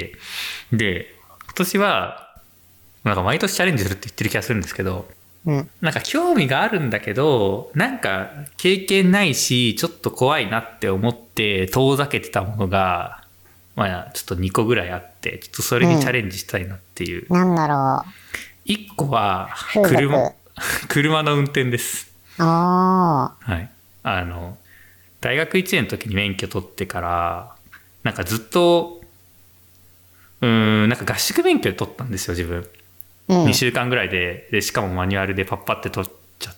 で、今年は、なんか毎年チャレンジするって言ってる気がするんですけど、なんか興味があるんだけど、なんか経験ないし、ちょっと怖いなって思って遠ざけてたものが、まあちょっと2個ぐらいあって、ちょっとそれにチャレンジしたいなっていう。 なんだろう。1個は車の運転です。 はい。 大学1年の時に免許取ってから、なんかずっと、なんか合宿免許で取ったんですよ、自分。2週間ぐらいで、しかもマニュアルでパッパって取っちゃって、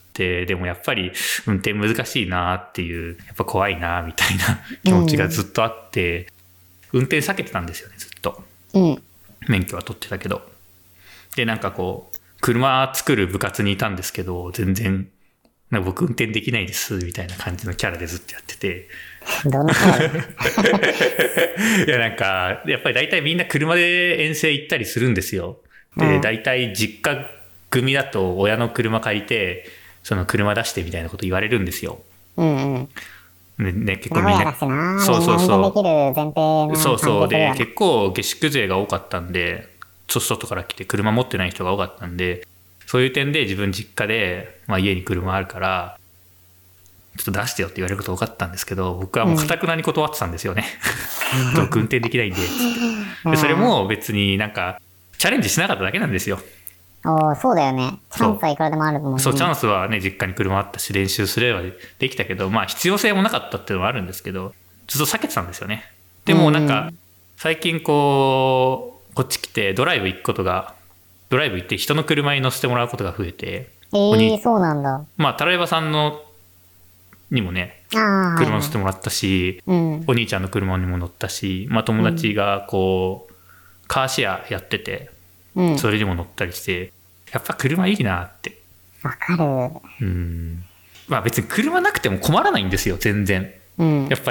でもやっぱり運転難しいなっていう、やっぱ怖いなみたいな気持ちがずっとあって、運転避けてたんですよね、ずっと。免許は取ってたけど。で、なんかこう、車作る部活にいたんですけど、全然、なんか僕運転できないですみたいな感じのキャラでずっとやってて。 どんなキャラ？ いやなんか、やっぱり大体みんな車で遠征行ったりするんですよ。で、大体実家組だと親の車借りて、その車出してみたいなこと言われるんですよ。ね、結構みんな。そう。で、結構下宿勢が多かったんで、外から来て車持ってない人が多かったんで、そういう点で自分実家で、まあ家に車あるから、ちょっと出してよって言われること多かったんですけど、僕はもう堅くなに断ってたんですよね。僕運転できないんで。で、それも別になんか、チャレンジしなかっただけなんですよ。 そうだよね。チャンスはいくらでもあるもんね。 そう、チャンスはね、実家に車あったし、練習すればできたけど、まあ必要性もなかったっていうのはあるんですけど、ずっと避けてたんですよね。でもなんか、最近こっち来てドライブ行って人の車に乗せてもらうことが増えて。 そうなんだ。 まあ、タラエバさんにもね、車乗せてもらったし、お兄ちゃんの車にも乗ったし、まあ友達がカーシェアやってて、それにも乗ったりして、やっぱ車いいなって。 わかる。 まあ別に車なくても困らないんですよ、全然。やっぱり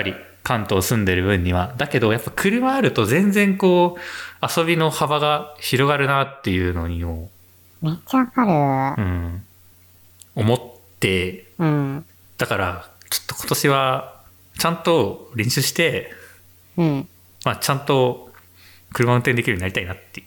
関東住んでる分には。だけどやっぱ車あると全然こう遊びの幅が広がるなっていうのにもめっちゃわかる。 思って、だからちょっと今年はちゃんと練習して、まあちゃんと車運転できるようになりたいなっていう。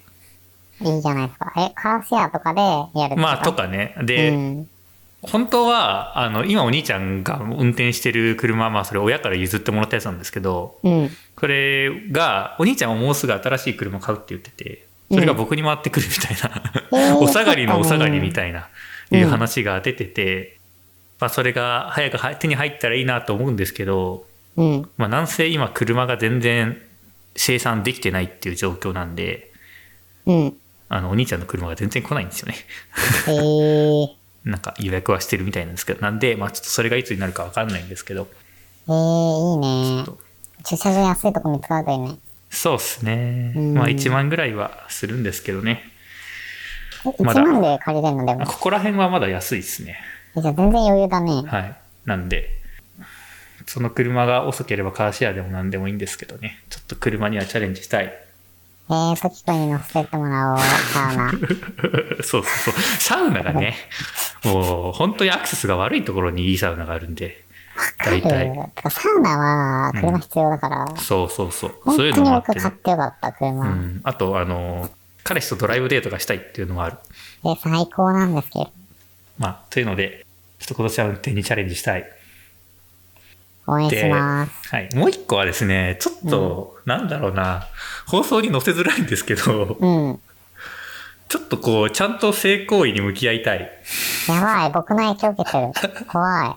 いいじゃないですか。カーシェアとかでやるまあとかね。で、本当は今お兄ちゃんが運転してる車、まあそれ親から譲ってもらったやつなんですけど、これがお兄ちゃんはもうすぐ新しい車買うって言ってて、それが僕に回ってくるみたいな、お下がりのお下がりみたいないう話が出てて、まあそれが早く手に入ったらいいなと思うんですけど、まあなんせ今車が全然生産できてないっていう状況なんで、お兄ちゃんの車が全然来ないんですよね。なんか予約はしてるみたいなんですけど、なんでまあちょっとそれがいつになるか分かんないんですけど。 いいね。駐車場安いとこ見つかるといいね。 そうっすね。まあ1万ぐらいはするんですけどね。 1万で借りれるのでも。 ここら辺はまだ安いですね。 じゃあ全然余裕だね。 はい。なんで、その車が遅ければカーシェアでも何でもいいんですけどね。ちょっと車にはチャレンジしたい。 トキ君に乗せてってもらおう、サウナ。 そう。サウナがね、もう本当にアクセスが悪いところにいいサウナがあるんで。大体。 サウナは車必要だから。 そう。 本当に僕買ってよかった、車。 あと、彼氏とドライブデートがしたいっていうのもある。 最高なんですけど。 まあ、というので、ちょっと今年は運転にチャレンジしたい。 応援します。 はい。もう一個はですね、ちょっと、なんだろうな、放送に載せづらいんですけど、ちょっとこう、ちゃんと性行為に向き合いたい。 やばい、僕の影響受けてる。怖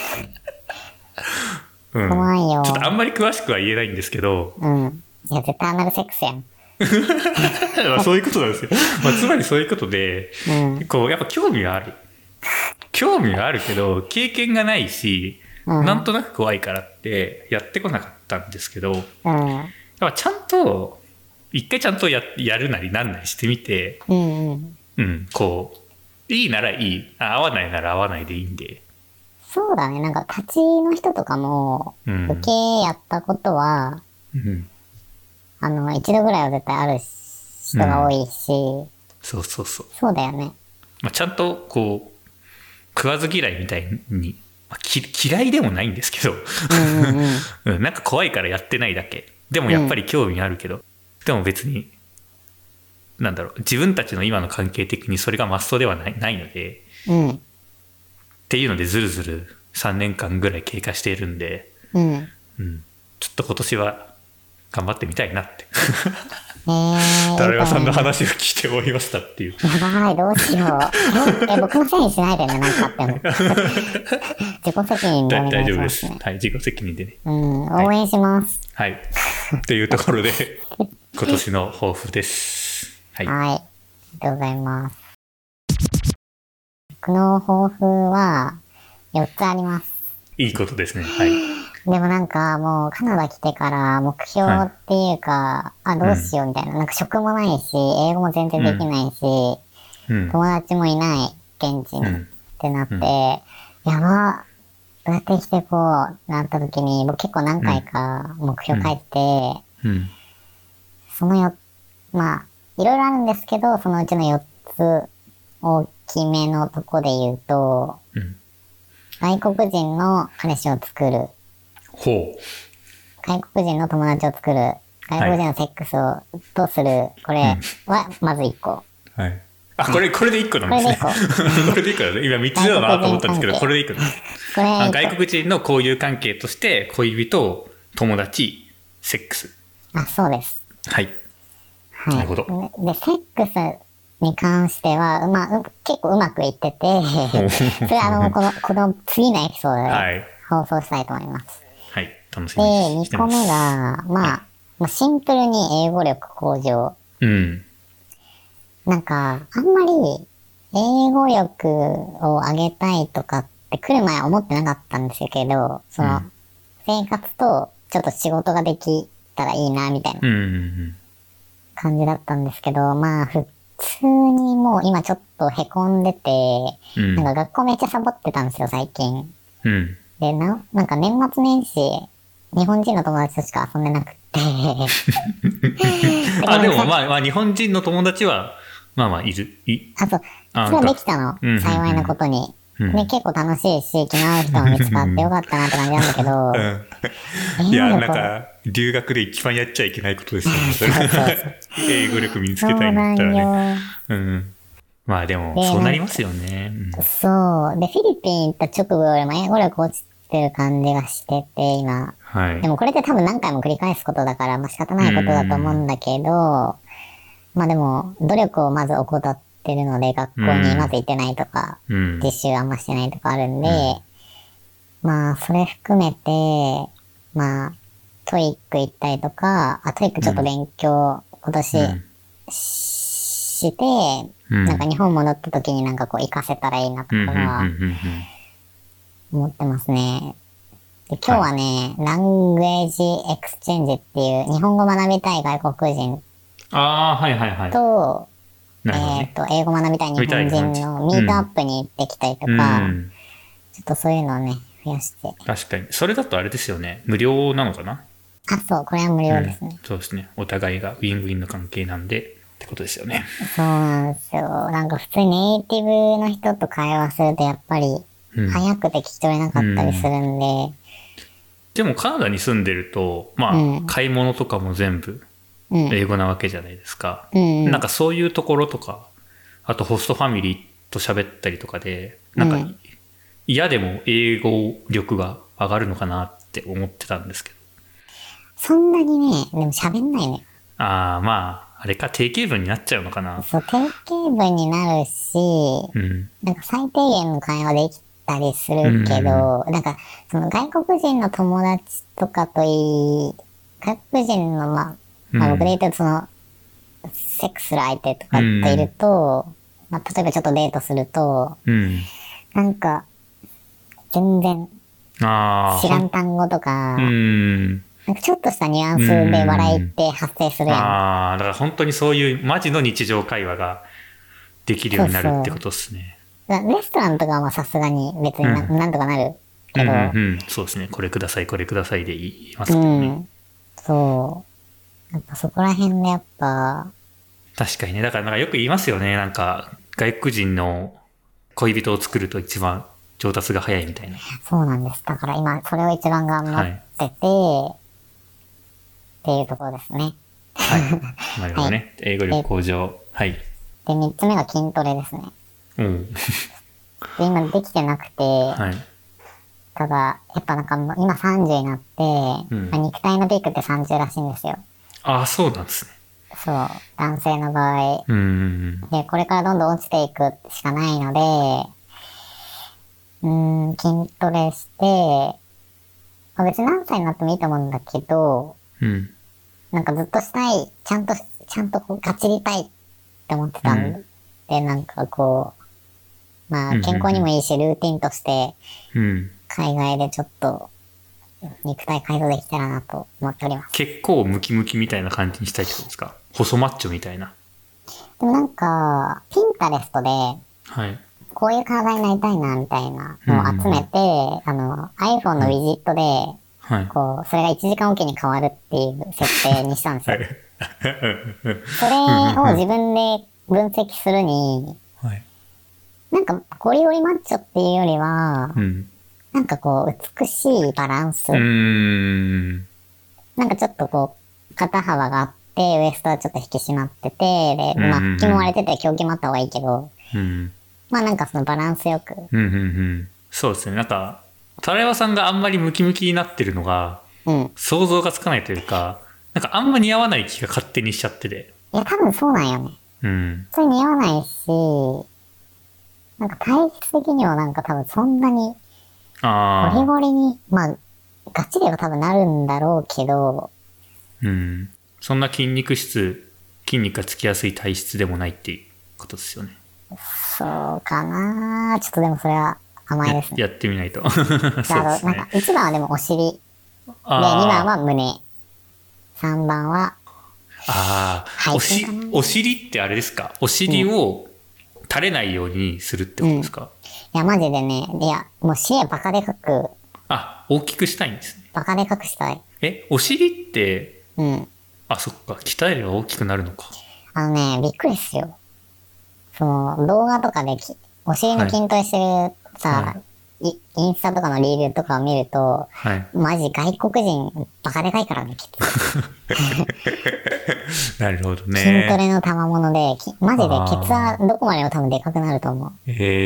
い。怖いよ。 ちょっとあんまり詳しくは言えないんですけど。 いや、絶対アナルセックスやん。 まあそういうことなんですよ。まあ、つまりそういうことで、こう、やっぱ興味はある。興味はあるけど、経験がないし、なんとなく怖いからってやってこなかったんですけど、やっぱちゃんと、一回ちゃんとやるなりなんなりしてみて、こう、いいならいい、合わないなら合わないでいいんで。 そうだね、なんか立ちの人とかも、受けやったことは、一度ぐらいは絶対ある人が多いし、 そう。 そうだよね。 まあ、ちゃんとこう、食わず嫌いみたいに、嫌いでもないんですけど、なんか怖いからやってないだけ。でもやっぱり興味あるけど、でも別に、なんだろう、自分たちの今の関係的にそれがマストではないので、っていうのでずるずる3年間ぐらい経過しているんで、ちょっと今年は頑張ってみたいなって。タラヤさんの話を聞いて思いましたっていう。 やばい、どうしよう。僕のせいにしないでね、なんかあっても。自己責任でお願いします、ね。 大丈夫です。はい、自己責任でね。 応援します。 はい。っていうところで、今年の抱負です。はい。 ありがとうございます。僕の抱負は4つあります。 いいことですね。はい。 でもなんかもうカナダ来てから目標っていうか、どうしようみたいな。なんか職もないし、英語も全然できないし、友達もいない、現地に、ってなって、やば、どうやって生きていこうなった時に、僕結構何回か目標書いて、そのまあ、いろいろあるんですけど、そのうちの4つ大きめのとこで言うと、外国人の彼氏を作る。外国人の友達を作る。外国人のセックスをとする。これはまず1個。 はい。これで1個なんですね。これで1個だね。今3つだなと思ったんですけど、これで1個です。外国人の交友関係として、恋人、友達、セックス。 そうです。 はい。なるほど。 で、セックスに関しては、結構うまくいってて、それこの次のエピソードで放送したいと思います。 はい、楽しみにしてます。 で、2個目が、シンプルに英語力向上。なんか、あんまり英語力を上げたいとかって来る前は思ってなかったんですけど、その、生活とちょっと仕事ができたらいいな、みたいな感じだったんですけど、普通にもう今ちょっと凹んでて、なんか学校めっちゃサボってたんですよ、最近。で、なんか年末年始日本人の友達としか遊んでなくてあ、でもまあ日本人の友達は、まあいる。 そう。それはできたの。幸いなことに。で、結構楽しいし、気の合う人も見つかってよかったなって感じなんだけど。 いや、なんか、留学で一番やっちゃいけないことですよね。英語力身につけたいんだったらね。まあでも、そうなりますよね。 そう。で、フィリピン行った直後よりも英語力落ちてる感じがしてて、今。 はい。 でもこれって多分何回も繰り返すことだから、まあ仕方ないことだと思うんだけど、まあでも、努力をまず怠ってるので、学校にまず行ってないとか、実習あんましてないとかあるんで、まあ、それ含めて、まあ、トイック行ったりとか、トイックちょっと勉強、今年、して、なんか日本戻った時になんかこう活かせたらいいなとかは、思ってますね。で、今日はね、ラングエージエクスチェンジっていう、日本語学びたい外国人と、英語学びたい日本人のミートアップに行ってきたりとか、ちょっとそういうのをね、増やして。 確かに。それだとあれですよね。無料なのかな？ そう、これは無料ですね。 そうですね。お互いがウィンウィンの関係なんで、ってことですよね。 そうなんですよ。なんか普通にネイティブの人と会話するとやっぱり、早くて聞き取れなかったりするんで。 でもカナダに住んでると、まあ、買い物とかも全部、英語なわけじゃないですか。なんかそういうところとか、あとホストファミリーと喋ったりとかで、なんか嫌でも英語力が上がるのかなって思ってたんですけど。 そんなにね、でも喋んないね。 まあ、あれか、定型文になっちゃうのかな。 そう、定型文になるし、なんか最低限の会話できたりするけど、なんか、その外国人の友達とかと外国人の僕で言うとその、セックスする相手とかっていると、例えばちょっとデートすると、なんか、全然、知らん単語とか、なんかちょっとしたニュアンスで笑いって発生するやん。 だから本当にそういうマジの日常会話ができるようになるってことですね。 レストランとかはさすがに別になんとかなるけど、 そうですね。これください、これくださいで言いますけどね。 そう。やっぱそこら辺でやっぱ。 確かにね。だからなんかよく言いますよね。なんか外国人の恋人を作ると一番上達が早いみたいな。 そうなんです。だから今それを一番頑張ってて、っていうところですね。 はい。なるほどね。英語力向上。はい。 で、3つ目が筋トレですね。で、今できてなくて、ただ、やっぱなんか今30になって、肉体のピークって30らしいんですよ。 そうなんですね。 そう、男性の場合。で、これからどんどん落ちていくしかないので、筋トレして、別に何歳になってもいいと思うんだけど、なんかずっとしたい、ちゃんとこうガチりたいって思ってたんで、なんかこう、健康にもいいし、ルーティンとして、海外でちょっと、肉体改造できたらなと思っております。 結構ムキムキみたいな感じにしたいってことですか？細マッチョみたいな。 でもなんか、ピンタレストで、こういう体になりたいな、みたいなのを集めて、iPhone のウィジットで、こう、それが1時間おきに変わるっていう設定にしたんですよ。それを自分で分析するに、なんかゴリゴリマッチョっていうよりは、なんかこう、美しいバランス。なんかちょっとこう、肩幅があって、ウエストはちょっと引き締まってて、で、腹筋も割れてて胸筋もあった方がいいけど、なんかそのバランスよく。 そうですね。なんか、タラヤワさんがあんまりムキムキになってるのが、想像がつかないというか、なんかあんま似合わない気が勝手にしちゃってて。 いや、多分そうなんよね。それ似合わないし、なんか体質的にはなんか多分そんなに、ゴリゴリに、ガチでは多分なるんだろうけど、 そんな筋肉がつきやすい体質でもないっていうことですよね。 そうかな。ちょっとでもそれは甘いですね。 やってみないと。 そうですね。なんか1番はでもお尻。で、2番は胸。3番は、 お尻ってあれですか？お尻を垂れないようにするってことですか？ いや、マジでね。いや、もう視野バカでかくあ、大きくしたいんですね。 バカでかくしたい。 お尻って、 うん。 あ、そっか。鍛えれば大きくなるのか。 びっくりっすよ。動画とかでお尻の筋トレしてるさ、インスタとかのリールとかを見ると、 はい。 マジ外国人バカでかいからね、きっと。 なるほどね。 筋トレの賜物で、マジでケツはどこまでも多分でかくなると思う。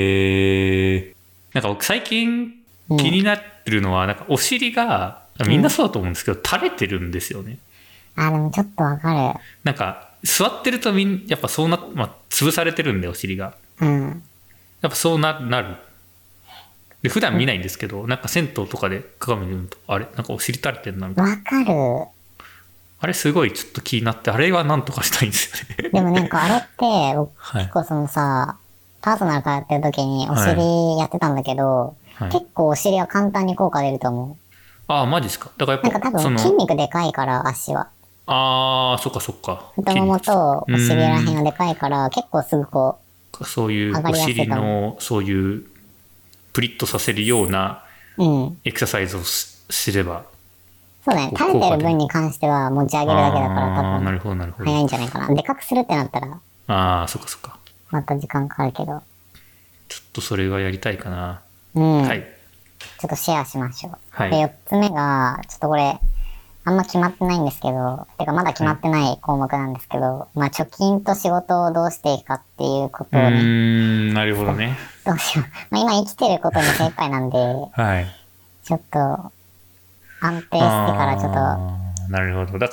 なんか僕最近気になってるのは、なんかお尻が、みんなそうだと思うんですけど、垂れてるんですよね。 でもちょっとわかる。 なんか、座ってるとやっぱそう潰されてるんで、お尻が。 うん。 やっぱそうなる。で、普段見ないんですけど、なんか銭湯とかで鏡見ると、あれなんかお尻垂れてんな、みたいな。 わかる。 あれすごいちょっと気になって、あれはなんとかしたいんですよね。 でもなんかあれって、 はい、 結構パーソナルからやってる時にお尻やってたんだけど、 はい、 結構お尻は簡単に効果出ると思う。 ああ、マジですか。だからやっぱ、 なんか多分筋肉でかいから、足は。 ああ、そっかそっか。 太ももとお尻ら辺がでかいから、結構すぐそうい上がうお尻りやすいかも。 の、そういうプリッとさせるようなうん。 エクササイズをすれば。 そうだね。垂れてる分に関しては持ち上げるだけだから多分、 なるほど、なるほど。 早いんじゃないかな。でかくするってなったら、 ああ、そっかそっか。 また時間かかるけど。 ちょっとそれはやりたいかな。 うん。 はい。 ちょっとシェアしましょう。 はい。 で、4つ目が、ちょっとこれ、あんま決まってないんですけど、てかまだ決まってない項目なんですけど、まあ貯金と仕事をどうしていくかっていうことをね。 なるほどね。 どうしよう。まあ今生きてることに精一杯なんで、 はい。 ちょっと安定してからちょっと、 なるほど。だから、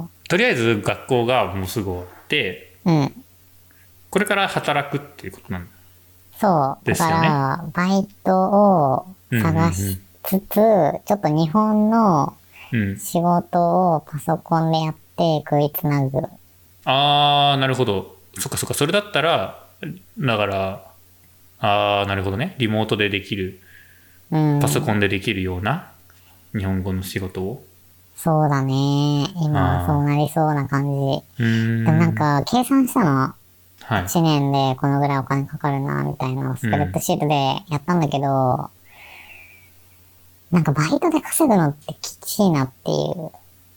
とりあえず学校がもうすぐ終わって、 うん。 これから働くっていうことなんそう。だかですよね。 ら、バイトを探しつつ、ちょっと日本の仕事をパソコンでやって食いつなぐ。 ああ、なるほど。そっかそっか。それだったら、だから、ああ、なるほどね。リモートでできる、パソコンでできるような日本語の仕事を。 そうだね。今はそうなりそうな感じ。でもなんか、計算したの。 はい。 1年でこのぐらいお金かかるな、みたいなのをスプレッドシートでやったんだけど、なんかバイトで稼ぐのってきついなっていう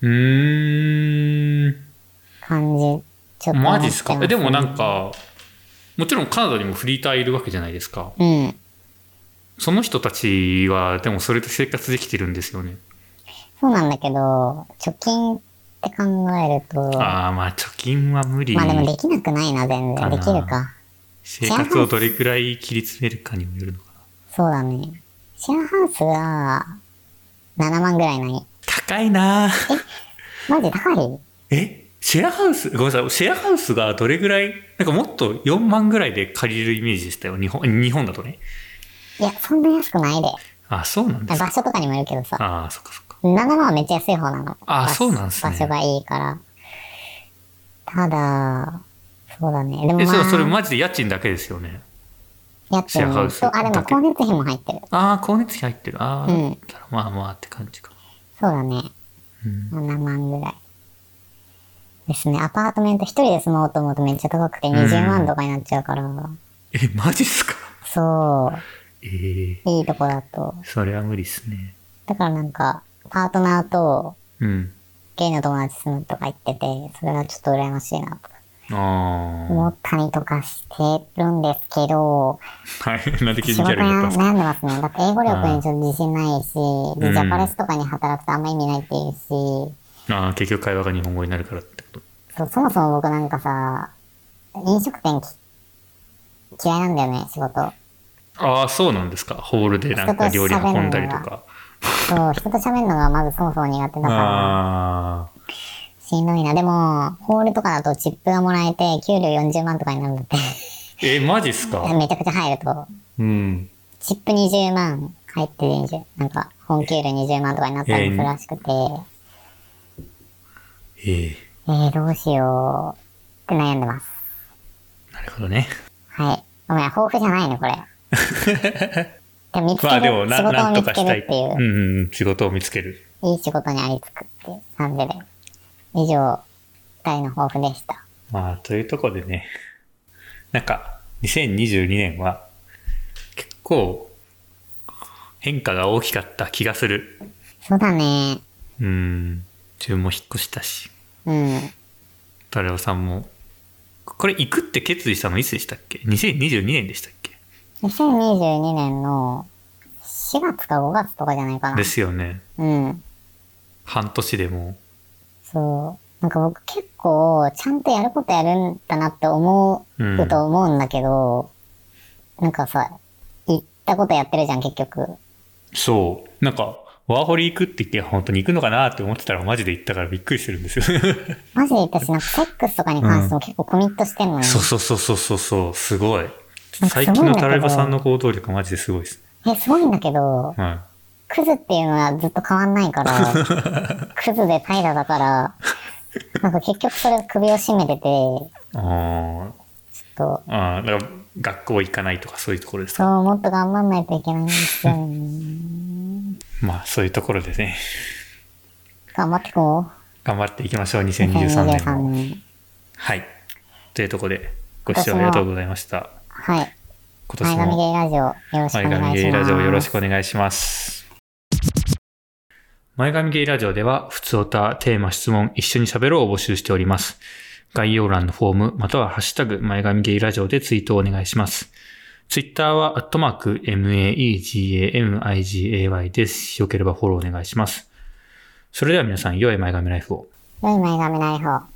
感じ、ちょっとマジっすか。 思ってますね。 でもなんか、もちろんカナダにもフリーターいるわけじゃないですか。 うん。 その人たちは、でもそれで生活できてるんですよね。 そうなんだけど、貯金って考えると、 ああ、まあ貯金は無理。 まあでもできなくないな、全然。できるか。 生活をどれくらい切り詰めるかにもよるのかな。 そうだね。シェアハウスが7万ぐらいない。 高いなマジ高い？ シェアハウス、ごめんなさい、シェアハウスがどれぐらい、なんかもっと4万ぐらいで借りれるイメージでしたよ。日本だとね。 いや、そんな安くないで。 あ、そうなんですか。 場所とかにもよるけどさ。 ああ、そっかそっか。 7万はめっちゃ安い方なの。 あ、そうなんですね。 場所がいいから。ただ、そうだね。でもそれマジで家賃だけですよね。 家賃と、でも光熱費も入ってる。 ああ、光熱費入ってる。ああ、 うん。 まあまあって感じか。 そうだね。7万ぐらい。ですね。アパートメント一人で住もうと思うとめっちゃ高くて20万とかになっちゃうから。 マジっすか？ そう。いいとこだと。 それは無理っすね。 だからなんか、パートナーと、ゲイの友達住むとか言ってて、それがちょっと羨ましいなと。思ったりとかしてるんですけど、 はい。なんで気仕事になるんですか？ 悩んでますね。だって英語力にちょっと自信ないし、ジャパレスとかに働くとあんま意味ないっていうし。 結局会話が日本語になるからってこと。 そもそも僕なんかさ、飲食店嫌いなんだよね、仕事。 ああ、そうなんですか。ホールでなんか料理運んだりとか。 そう、人と喋るのがまずそもそも苦手だから。しんどいな。でも、ホールとかだとチップがもらえて、給料40万とかになるんだって。 マジっすか？ めちゃくちゃ入ると。チップ20万入ってるなんか、本給料20万とかになったりするらしくて。どうしようって悩んでます。 なるほどね。 はい。ごめん、豊富じゃないね、これ。でも見つける、仕事を見つけるっていう。 仕事を見つける。 いい仕事にありつくっていう感じで。以上、二人の抱負でした。 まあ、というところでね、なんか、2022年は、結構、 変化が大きかった気がする。 そうだね。 自分も引っ越したし。タレオさんも。これ行くって決意したのいつでしたっけ？ 2022 年でしたっけ？ 2022 年の4月か5月とかじゃないかな。 ですよね。半年でも。 そう。なんか僕結構ちゃんとやることやるんだなって思うと思うんだけど、なんかさ、言ったことやってるじゃん結局。 そう。なんか、ワーホリ行くって言って本当に行くのかなって思ってたらマジで行ったからびっくりするんですよ。 マジで言ったし、なんかセックスとかに関しても結構コミットしてんのよ。 そう、すごい。最近のタライバさんの行動力マジですごいです。 すごいんだけど、クズっていうのはずっと変わんないから、クズで怠惰だから、なんか結局それ首を絞めてて、ちょっと。 だから学校行かないとかそういうところですか？ そう、もっと頑張んないといけないんですよね。 まあそういうところでね。 頑張っていこう。 頑張っていきましょう、2023年も。はい。というところで、ご視聴ありがとうございました。 はい。今年も前髪ゲイラジオよろしくお願いします。 前髪ゲイラジオよろしくお願いします。前髪ゲイラジオでは、ふつおた、テーマ、質問、一緒に喋ろうを募集しております。概要欄のフォーム、またはハッシュタグ、前髪ゲイラジオでツイートをお願いします。ツイッターは、@MAEGAMIGAY です。よければフォローお願いします。それでは皆さん、良い前髪ライフを。 良い前髪ライフを。